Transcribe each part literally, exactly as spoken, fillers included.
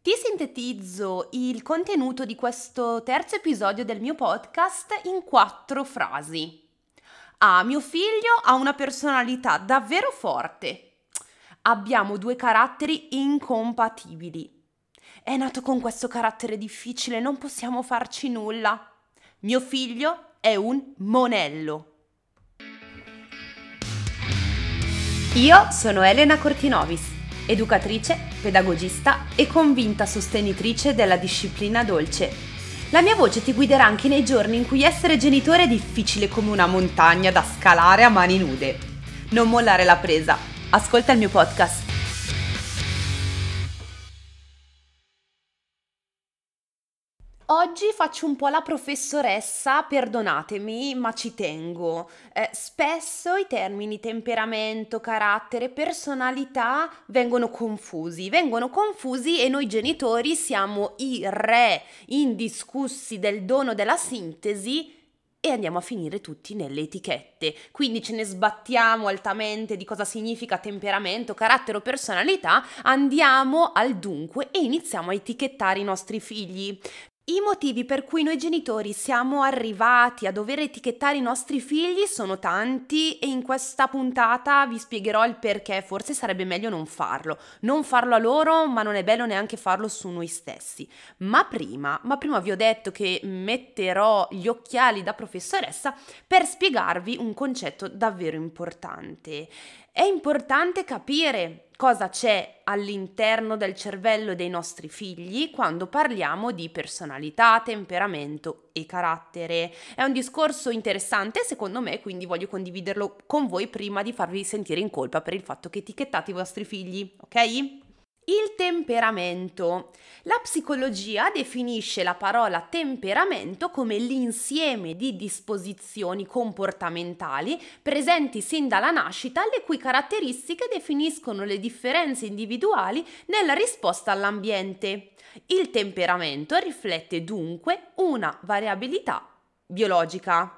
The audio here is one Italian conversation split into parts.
Ti sintetizzo il contenuto di questo terzo episodio del mio podcast in quattro frasi. Ah, mio figlio ha una personalità davvero forte. Abbiamo due caratteri incompatibili. È nato con questo carattere difficile, non possiamo farci nulla. Mio figlio è un monello. Io sono Elena Cortinovis, educatrice, pedagogista e convinta sostenitrice della disciplina dolce. La mia voce ti guiderà anche nei giorni in cui essere genitore è difficile come una montagna da scalare a mani nude. Non mollare la presa, ascolta il mio podcast. Oggi faccio un po' la professoressa, perdonatemi, ma ci tengo. Eh, spesso i termini temperamento, carattere, personalità vengono confusi, vengono confusi e noi genitori siamo i re indiscussi del dono della sintesi e andiamo a finire tutti nelle etichette. Quindi ce ne sbattiamo altamente di cosa significa temperamento, carattere o personalità, andiamo al dunque e iniziamo a etichettare i nostri figli. I motivi per cui noi genitori siamo arrivati a dover etichettare i nostri figli sono tanti e in questa puntata vi spiegherò il perché. Forse sarebbe meglio non farlo, non farlo a loro, ma non è bello neanche farlo su noi stessi. Ma prima, ma prima vi ho detto che metterò gli occhiali da professoressa per spiegarvi un concetto davvero importante. È importante capire cosa c'è all'interno del cervello dei nostri figli quando parliamo di personalità, temperamento e carattere. È un discorso interessante secondo me, quindi voglio condividerlo con voi prima di farvi sentire in colpa per il fatto che etichettate i vostri figli, ok? Il temperamento. La psicologia definisce la parola temperamento come l'insieme di disposizioni comportamentali presenti sin dalla nascita, le cui caratteristiche definiscono le differenze individuali nella risposta all'ambiente. Il temperamento riflette dunque una variabilità biologica.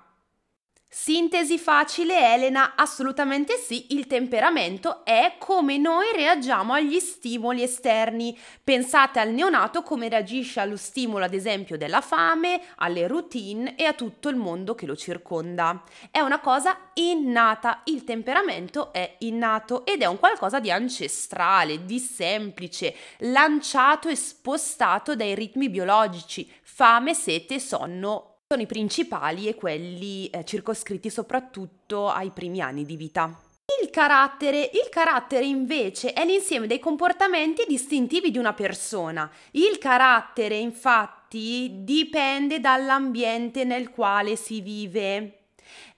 Sintesi facile, Elena, assolutamente sì, il temperamento è come noi reagiamo agli stimoli esterni. Pensate al neonato come reagisce allo stimolo, ad esempio, della fame, alle routine e a tutto il mondo che lo circonda. È una cosa innata, il temperamento è innato ed è un qualcosa di ancestrale, di semplice, lanciato e spostato dai ritmi biologici, fame, sete, sonno. Sono i principali e quelli eh, circoscritti soprattutto ai primi anni di vita. Il carattere, il carattere invece è l'insieme dei comportamenti distintivi di una persona. Il carattere infatti dipende dall'ambiente nel quale si vive.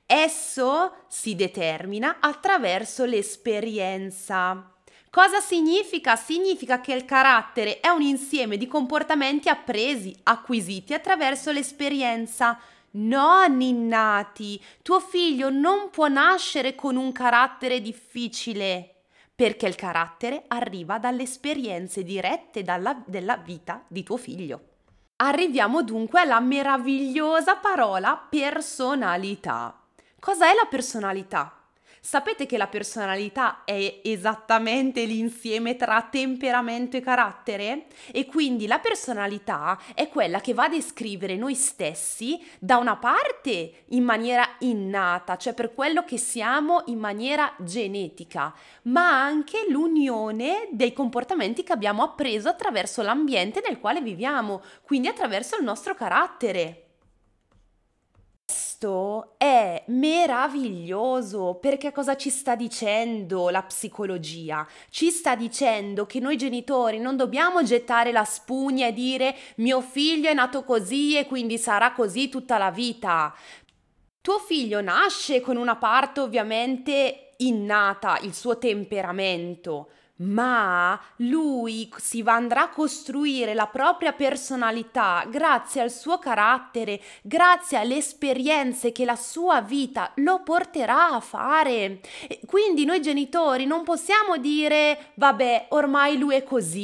Esso si determina attraverso l'esperienza. Cosa significa? Significa che il carattere è un insieme di comportamenti appresi, acquisiti attraverso l'esperienza, non innati. Tuo figlio non può nascere con un carattere difficile, perché il carattere arriva dalle esperienze dirette dalla, della vita di tuo figlio. Arriviamo dunque alla meravigliosa parola personalità. Cosa è la personalità? Sapete che la personalità è esattamente l'insieme tra temperamento e carattere? E quindi la personalità è quella che va a descrivere noi stessi da una parte in maniera innata, cioè per quello che siamo in maniera genetica, ma anche l'unione dei comportamenti che abbiamo appreso attraverso l'ambiente nel quale viviamo, quindi attraverso il nostro carattere. Questo è meraviglioso perché cosa ci sta dicendo la psicologia? Ci sta dicendo che noi genitori non dobbiamo gettare la spugna e dire mio figlio è nato così e quindi sarà così tutta la vita. Tuo figlio nasce con una parte ovviamente innata, il suo temperamento, ma lui si va andrà a costruire la propria personalità grazie al suo carattere, grazie alle esperienze che la sua vita lo porterà a fare. E quindi noi genitori non possiamo dire vabbè, ormai lui è così.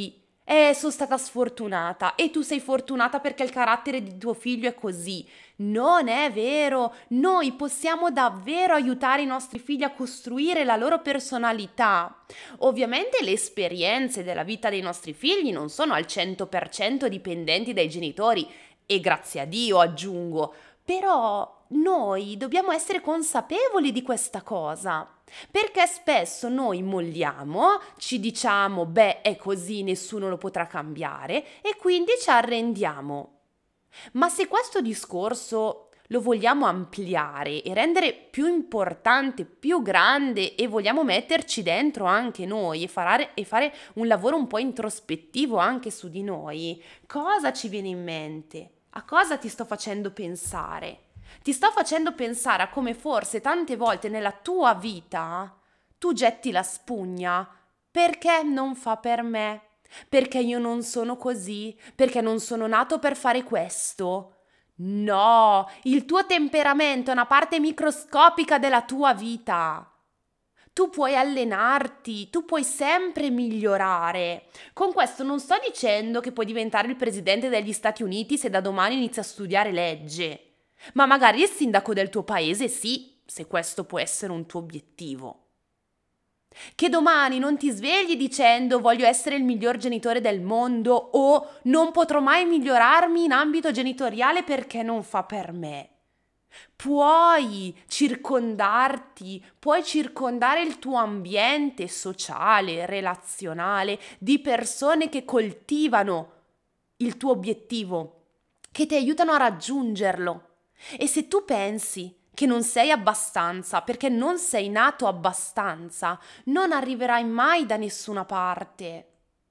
Eh, sono stata sfortunata e tu sei fortunata perché il carattere di tuo figlio è così. Non è vero, noi possiamo davvero aiutare i nostri figli a costruire la loro personalità. Ovviamente le esperienze della vita dei nostri figli non sono al cento per cento dipendenti dai genitori e grazie a Dio aggiungo, però noi dobbiamo essere consapevoli di questa cosa. Perché spesso noi molliamo, ci diciamo, beh, è così, nessuno lo potrà cambiare e quindi ci arrendiamo. Ma se questo discorso lo vogliamo ampliare e rendere più importante, più grande e vogliamo metterci dentro anche noi e fare, e fare un lavoro un po' introspettivo anche su di noi, cosa ci viene in mente? A cosa ti sto facendo pensare? Ti sto facendo pensare a come forse tante volte nella tua vita tu getti la spugna perché non fa per me, perché io non sono così, perché non sono nato per fare questo. No, il tuo temperamento è una parte microscopica della tua vita. Tu puoi allenarti, tu puoi sempre migliorare. Con questo non sto dicendo che puoi diventare il presidente degli Stati Uniti se da domani inizi a studiare legge. Ma magari il sindaco del tuo paese sì, se questo può essere un tuo obiettivo. Che domani non ti svegli dicendo voglio essere il miglior genitore del mondo o non potrò mai migliorarmi in ambito genitoriale perché non fa per me. Puoi circondarti, puoi circondare il tuo ambiente sociale, relazionale, di persone che coltivano il tuo obiettivo, che ti aiutano a raggiungerlo. E se tu pensi che non sei abbastanza, perché non sei nato abbastanza, non arriverai mai da nessuna parte.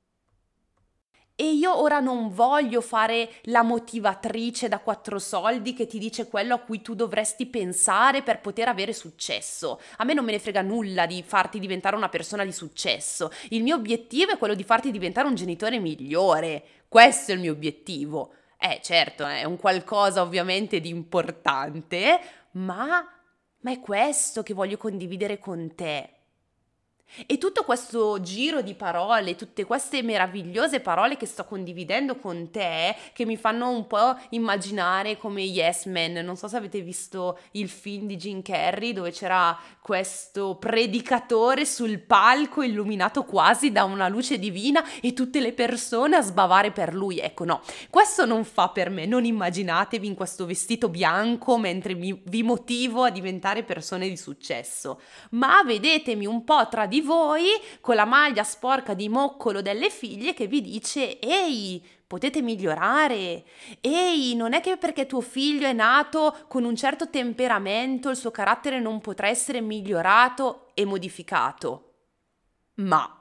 E io ora non voglio fare la motivatrice da quattro soldi che ti dice quello a cui tu dovresti pensare per poter avere successo. A me non me ne frega nulla di farti diventare una persona di successo. Il mio obiettivo è quello di farti diventare un genitore migliore. Questo è il mio obiettivo. Eh, certo, è un qualcosa ovviamente di importante, ma, ma è questo che voglio condividere con te. E tutto questo giro di parole, tutte queste meravigliose parole che sto condividendo con te, che mi fanno un po' immaginare come Yes Man. Non so se avete visto il film di Jim Carrey dove c'era questo predicatore sul palco illuminato quasi da una luce divina e tutte le persone a sbavare per lui. Ecco, no, questo non fa per me. Non immaginatevi in questo vestito bianco mentre vi, vi motivo a diventare persone di successo, ma vedetemi un po' tra di voi con la maglia sporca di moccolo delle figlie che vi dice ehi, potete migliorare, ehi, non è che perché tuo figlio è nato con un certo temperamento il suo carattere non potrà essere migliorato e modificato. Ma,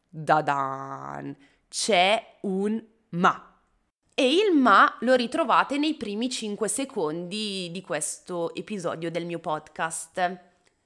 dadan, c'è un ma. E il ma lo ritrovate nei primi cinque secondi di questo episodio del mio podcast.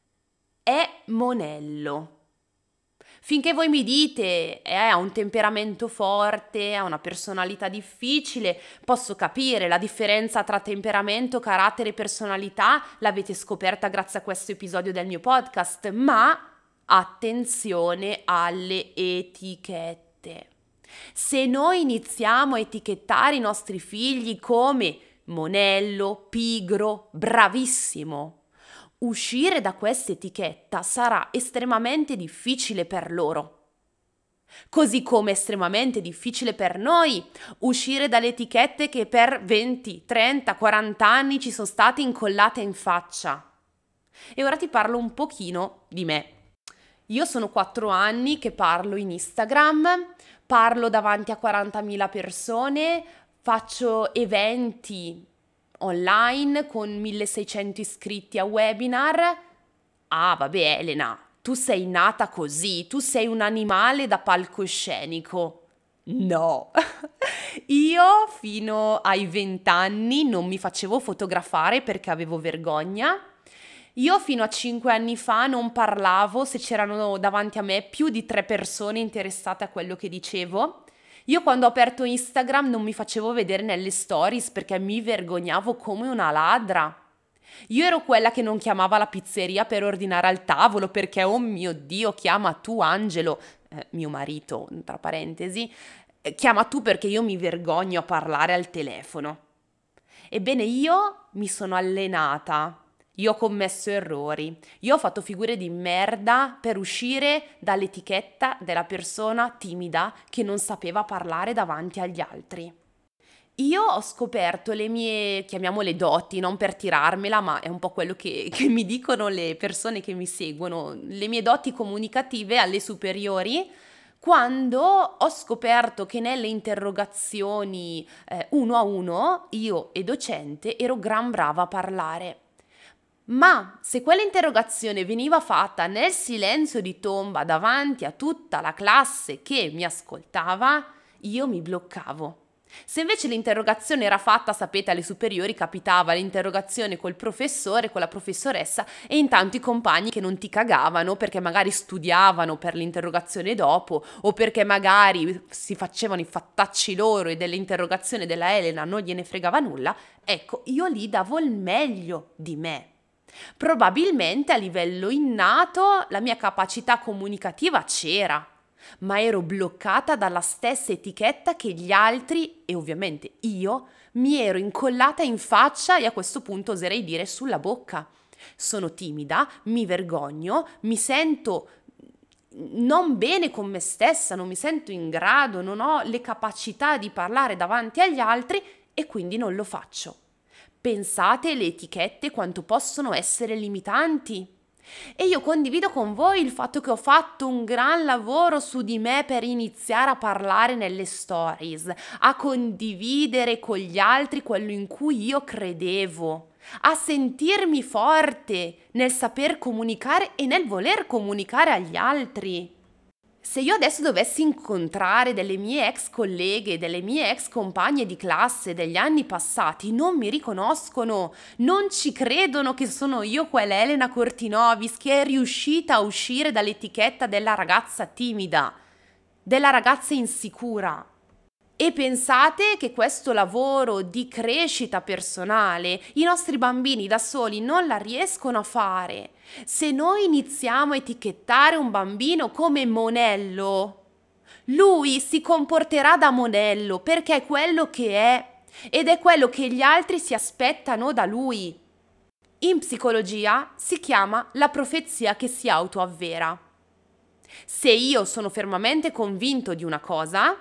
È monello. Finché voi mi dite eh, ha un temperamento forte, ha una personalità difficile, posso capire la differenza tra temperamento, carattere e personalità, l'avete scoperta grazie a questo episodio del mio podcast, ma attenzione alle etichette. Se noi iniziamo a etichettare i nostri figli come monello, pigro, bravissimo, uscire da questa etichetta sarà estremamente difficile per loro. Così come è estremamente difficile per noi uscire dalle etichette che per venti, trenta, quaranta anni ci sono state incollate in faccia. E ora ti parlo un pochino di me. Io sono quattro anni che parlo in Instagram, parlo davanti a quarantamila persone, faccio eventi online con milleseicento iscritti a webinar. Ah, vabbè, Elena, tu sei nata così, tu sei un animale da palcoscenico. No, io fino ai vent'anni non mi facevo fotografare perché avevo vergogna. Io fino a cinque anni fa non parlavo se c'erano davanti a me più di tre persone interessate a quello che dicevo. Io quando ho aperto Instagram non mi facevo vedere nelle stories perché mi vergognavo come una ladra. Io ero quella che non chiamava la pizzeria per ordinare al tavolo perché, oh mio Dio, chiama tu Angelo, eh, mio marito, tra parentesi, Eh, Chiama tu perché io mi vergogno a parlare al telefono. Ebbene, io mi sono allenata, io ho commesso errori, io ho fatto figure di merda per uscire dall'etichetta della persona timida che non sapeva parlare davanti agli altri. Io ho scoperto le mie, chiamiamole doti, non per tirarmela, ma è un po' quello che, che mi dicono le persone che mi seguono, le mie doti comunicative alle superiori, quando ho scoperto che nelle interrogazioni eh, uno a uno, io e docente ero gran brava a parlare. Ma se quell'interrogazione veniva fatta nel silenzio di tomba davanti a tutta la classe che mi ascoltava, io mi bloccavo. Se invece l'interrogazione era fatta, sapete, alle superiori capitava l'interrogazione col professore, con la professoressa e intanto i compagni che non ti cagavano perché magari studiavano per l'interrogazione dopo o perché magari si facevano i fattacci loro e dell'interrogazione della Elena non gliene fregava nulla, ecco, io lì davo il meglio di me. Probabilmente a livello innato la mia capacità comunicativa c'era, ma ero bloccata dalla stessa etichetta che gli altri, e ovviamente io, mi ero incollata in faccia e a questo punto oserei dire sulla bocca. Sono timida, mi vergogno, mi sento non bene con me stessa, non mi sento in grado, non ho le capacità di parlare davanti agli altri e quindi non lo faccio. Pensate le etichette quanto possono essere limitanti. E io condivido con voi il fatto che ho fatto un gran lavoro su di me per iniziare a parlare nelle stories, a condividere con gli altri quello in cui io credevo, a sentirmi forte nel saper comunicare e nel voler comunicare agli altri. Se io adesso dovessi incontrare delle mie ex colleghe, delle mie ex compagne di classe degli anni passati, non mi riconoscono, non ci credono che sono io quella Elena Cortinovis che è riuscita a uscire dall'etichetta della ragazza timida, della ragazza insicura. E pensate che questo lavoro di crescita personale i nostri bambini da soli non la riescono a fare. Se noi iniziamo a etichettare un bambino come monello, lui si comporterà da monello perché è quello che è ed è quello che gli altri si aspettano da lui. In psicologia si chiama la profezia che si autoavvera. Se io sono fermamente convinto di una cosa,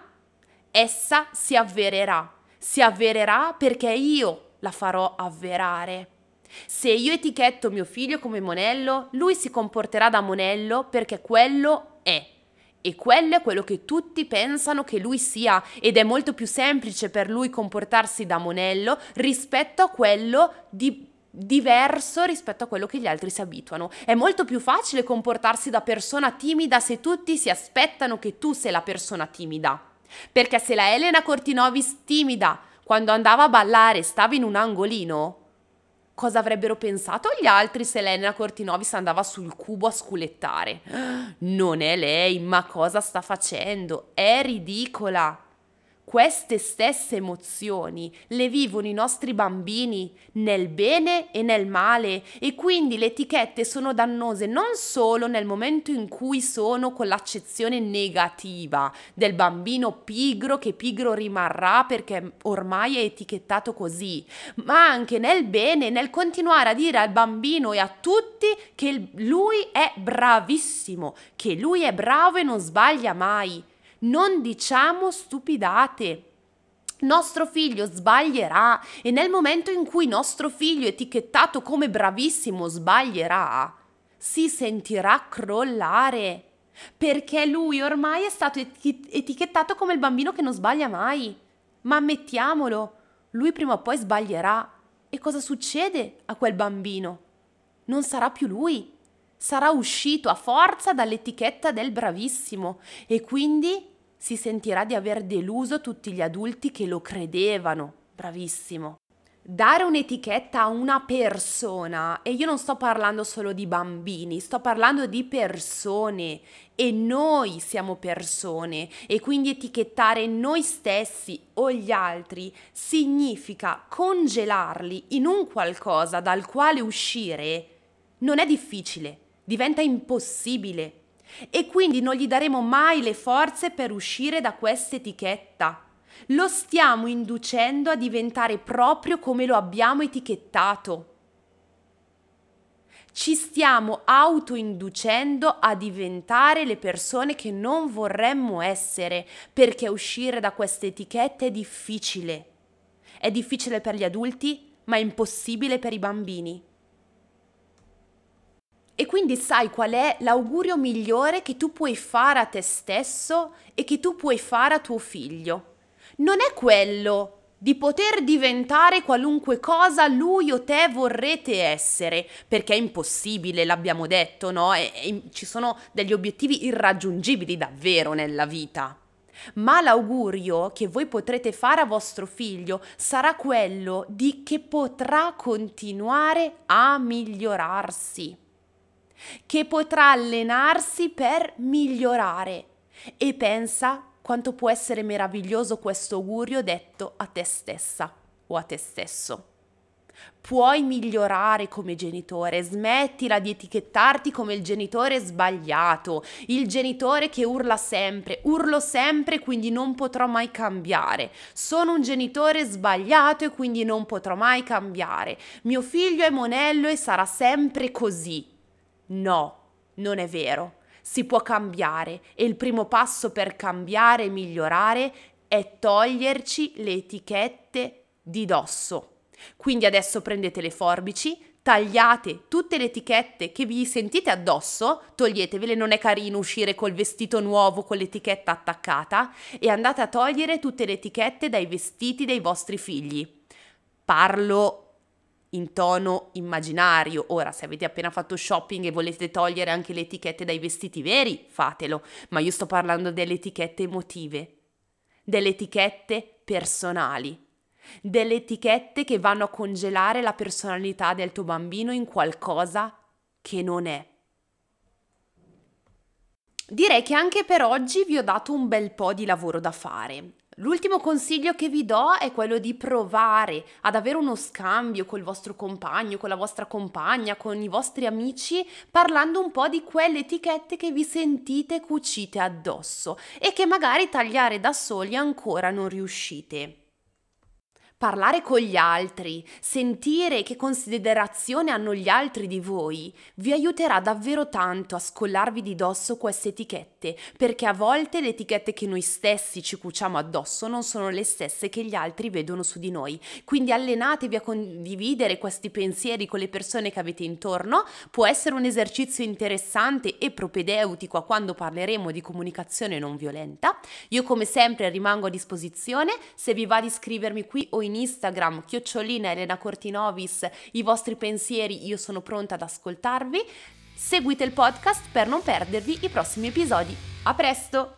essa si avvererà, si avvererà perché io la farò avverare. Se io etichetto mio figlio come monello, lui si comporterà da monello perché quello è. E quello è quello che tutti pensano che lui sia ed è molto più semplice per lui comportarsi da monello rispetto a quello di diverso rispetto a quello che gli altri si abituano. È molto più facile comportarsi da persona timida se tutti si aspettano che tu sei la persona timida. Perché se la Elena Cortinovis timida, quando andava a ballare, stava in un angolino, cosa avrebbero pensato gli altri se Elena Cortinovis andava sul cubo a sculettare? Non è lei, ma cosa sta facendo? È ridicola. Queste stesse emozioni le vivono i nostri bambini nel bene e nel male e quindi le etichette sono dannose non solo nel momento in cui sono con l'accezione negativa del bambino pigro che pigro rimarrà perché ormai è etichettato così, ma anche nel bene, nel continuare a dire al bambino e a tutti che lui è bravissimo, che lui è bravo e non sbaglia mai. Non diciamo stupidate. Nostro figlio sbaglierà e nel momento in cui nostro figlio etichettato come bravissimo sbaglierà, si sentirà crollare perché lui ormai è stato eti- etichettato come il bambino che non sbaglia mai. Ma ammettiamolo, lui prima o poi sbaglierà. E cosa succede a quel bambino? Non sarà più lui. Sarà uscito a forza dall'etichetta del bravissimo e quindi si sentirà di aver deluso tutti gli adulti che lo credevano bravissimo. Dare un'etichetta a una persona, e io non sto parlando solo di bambini, sto parlando di persone e noi siamo persone e quindi etichettare noi stessi o gli altri significa congelarli in un qualcosa dal quale uscire non è difficile. Diventa impossibile. e quindi non gli daremo mai le forze per uscire da questa etichetta. Lo stiamo inducendo a diventare proprio come lo abbiamo etichettato. Ci stiamo autoinducendo a diventare le persone che non vorremmo essere, perché uscire da queste etichette è difficile. È difficile per gli adulti, ma è impossibile per i bambini. E quindi sai qual è l'augurio migliore che tu puoi fare a te stesso e che tu puoi fare a tuo figlio? Non è quello di poter diventare qualunque cosa lui o te vorrete essere, perché è impossibile, l'abbiamo detto, no? E, e, ci sono degli obiettivi irraggiungibili davvero nella vita. Ma l'augurio che voi potrete fare a vostro figlio sarà quello di che potrà continuare a migliorarsi, che potrà allenarsi per migliorare. E pensa quanto può essere meraviglioso questo augurio detto a te stessa o a te stesso. Puoi migliorare come genitore, smettila di etichettarti come il genitore sbagliato, il genitore che urla sempre, urlo sempre quindi non potrò mai cambiare, sono un genitore sbagliato e quindi non potrò mai cambiare, mio figlio è monello e sarà sempre così. No, non è vero. Si può cambiare e il primo passo per cambiare e migliorare è toglierci le etichette di dosso. Quindi adesso prendete le forbici, tagliate tutte le etichette che vi sentite addosso, toglietevele, non è carino uscire col vestito nuovo con l'etichetta attaccata, e andate a togliere tutte le etichette dai vestiti dei vostri figli. Parlo in tono immaginario. Ora, se avete appena fatto shopping e volete togliere anche le etichette dai vestiti veri, fatelo, ma io sto parlando delle etichette emotive, delle etichette personali, delle etichette che vanno a congelare la personalità del tuo bambino in qualcosa che non è. Direi che anche per oggi vi ho dato un bel po' di lavoro da fare. L'ultimo consiglio che vi do è quello di provare ad avere uno scambio col vostro compagno, con la vostra compagna, con i vostri amici, parlando un po' di quelle etichette che vi sentite cucite addosso e che magari tagliare da soli ancora non riuscite. Parlare con gli altri, sentire che considerazione hanno gli altri di voi, vi aiuterà davvero tanto a scollarvi di dosso queste etichette, perché a volte le etichette che noi stessi ci cuciamo addosso non sono le stesse che gli altri vedono su di noi. Quindi allenatevi a condividere questi pensieri con le persone che avete intorno, può essere un esercizio interessante e propedeutico a quando parleremo di comunicazione non violenta. Io come sempre rimango a disposizione, se vi va di scrivermi qui o in Instagram, chiocciolina Elena Cortinovis, i vostri pensieri, io sono pronta ad ascoltarvi. Seguite il podcast per non perdervi i prossimi episodi. A presto!